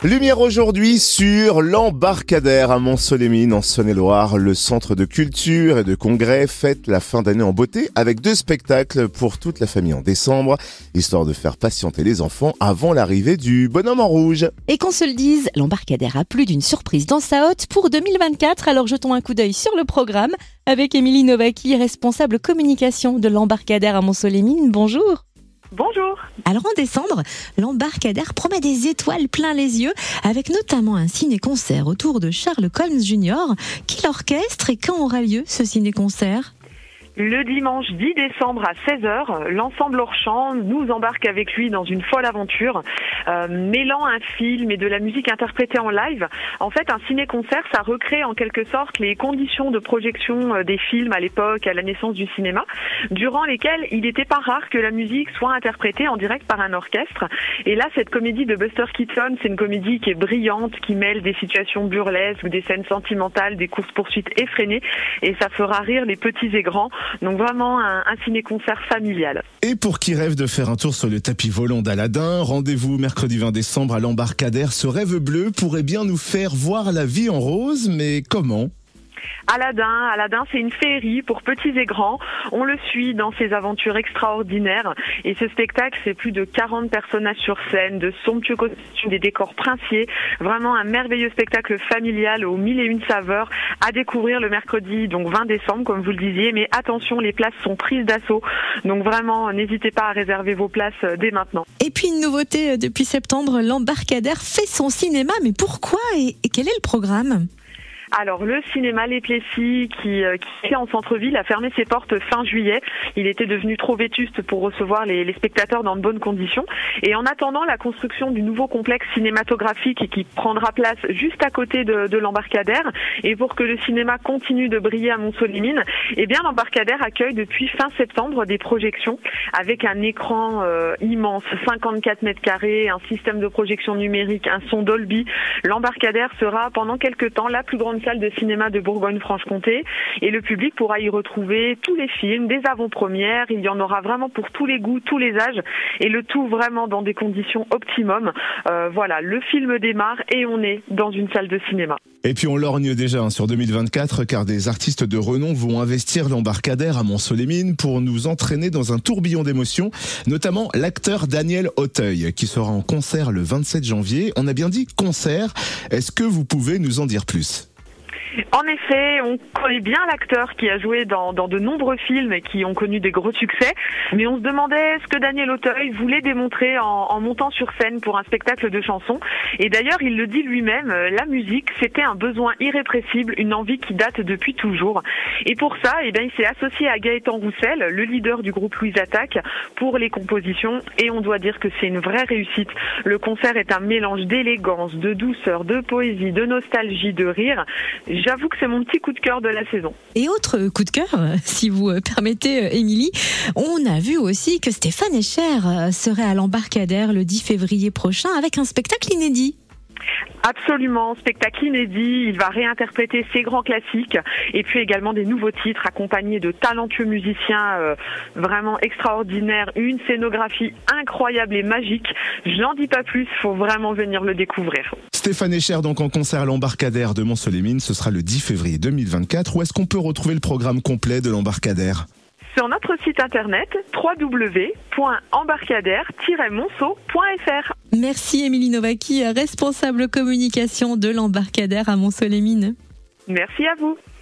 Lumière aujourd'hui sur l'Embarcadère à Mont-Solémine en Saône-et-Loire. Le centre de culture et de congrès fête la fin d'année en beauté avec 2 spectacles pour toute la famille en décembre, histoire de faire patienter les enfants avant l'arrivée du bonhomme en rouge. Et qu'on se le dise, l'Embarcadère a plus d'une surprise dans sa hotte pour 2024. Alors jetons un coup d'œil sur le programme avec Émilie Novaki, responsable communication de l'Embarcadère à Mont-Solémine. Bonjour. Bonjour. Alors en décembre, l'Embarcadère promet des étoiles plein les yeux, avec notamment un ciné-concert autour de Charles Colmes Jr. Qui l'orchestre et quand aura lieu ce ciné-concert ? Le dimanche 10 décembre à 16h, l'ensemble Hors-Champ nous embarque avec lui dans une folle aventure, mêlant un film et de la musique interprétée en live. En fait, un ciné-concert, ça recrée en quelque sorte les conditions de projection des films à l'époque, à la naissance du cinéma, durant lesquelles il n'était pas rare que la musique soit interprétée en direct par un orchestre. Et là, cette comédie de Buster Keaton, c'est une comédie qui est brillante, qui mêle des situations burlesques, des scènes sentimentales, des courses-poursuites effrénées, et ça fera rire les petits et grands. Donc vraiment un ciné-concert familial. Et pour qui rêve de faire un tour sur le tapis volant d'Aladin, rendez-vous mercredi 20 décembre à l'Embarcadère. Ce rêve bleu pourrait bien nous faire voir la vie en rose, mais comment ? Aladin, c'est une féerie pour petits et grands. On le suit dans ses aventures extraordinaires. Et ce spectacle, c'est plus de 40 personnages sur scène, de somptueux costumes, des décors princiers. Vraiment un merveilleux spectacle familial aux 1001 saveurs à découvrir le mercredi, donc 20 décembre, comme vous le disiez. Mais attention, les places sont prises d'assaut. Donc vraiment, n'hésitez pas à réserver vos places dès maintenant. Et puis une nouveauté depuis septembre, l'Embarcadère fait son cinéma. Mais pourquoi et quel est le programme ? Alors le cinéma Les Plessis qui est en centre-ville a fermé ses portes fin juillet. Il était devenu trop vétuste pour recevoir les spectateurs dans de bonnes conditions. Et en attendant la construction du nouveau complexe cinématographique qui prendra place juste à côté de l'Embarcadère, et pour que le cinéma continue de briller à Mont-Solémine, eh bien l'Embarcadère accueille depuis fin septembre des projections avec un écran immense, 54 mètres carrés, un système de projection numérique, un son Dolby. L'Embarcadère sera pendant quelques temps la plus grande salle de cinéma de Bourgogne-Franche-Comté et le public pourra y retrouver tous les films, des avant-premières, il y en aura vraiment pour tous les goûts, tous les âges et le tout vraiment dans des conditions optimum. Voilà, le film démarre et on est dans une salle de cinéma. Et puis on lorgne déjà sur 2024 car des artistes de renom vont investir l'Embarcadère à Mont-Solémine pour nous entraîner dans un tourbillon d'émotions, notamment l'acteur Daniel Auteuil qui sera en concert le 27 janvier. On a bien dit concert, est-ce que vous pouvez nous en dire plus ? En effet, on connaît bien l'acteur qui a joué dans de nombreux films et qui ont connu des gros succès, mais on se demandait ce que Daniel Auteuil voulait démontrer en montant sur scène pour un spectacle de chansons. Et d'ailleurs, il le dit lui-même, la musique, c'était un besoin irrépressible, une envie qui date depuis toujours. Et pour ça, il s'est associé à Gaëtan Roussel, le leader du groupe Louise Attaque, pour les compositions, et on doit dire que c'est une vraie réussite. Le concert est un mélange d'élégance, de douceur, de poésie, de nostalgie, de rire. J'avoue que c'est mon petit coup de cœur de la saison. Et autre coup de cœur, si vous permettez, Émilie, on a vu aussi que Stéphane Echer serait à l'Embarcadère le 10 février prochain avec un spectacle inédit. Absolument, spectacle inédit, il va réinterpréter ses grands classiques et puis également des nouveaux titres accompagnés de talentueux musiciens vraiment extraordinaires, une scénographie incroyable et magique. Je n'en dis pas plus, il faut vraiment venir le découvrir. Stéphane Echer donc en concert à l'Embarcadère de Mont-Solémine, ce sera le 10 février 2024. Où est-ce qu'on peut retrouver le programme complet de l'Embarcadère ? Sur notre site internet www.embarcadère-monceau.fr. Merci Émilie Novaki, responsable communication de l'Embarcadère à Mont-Solémine. Merci à vous.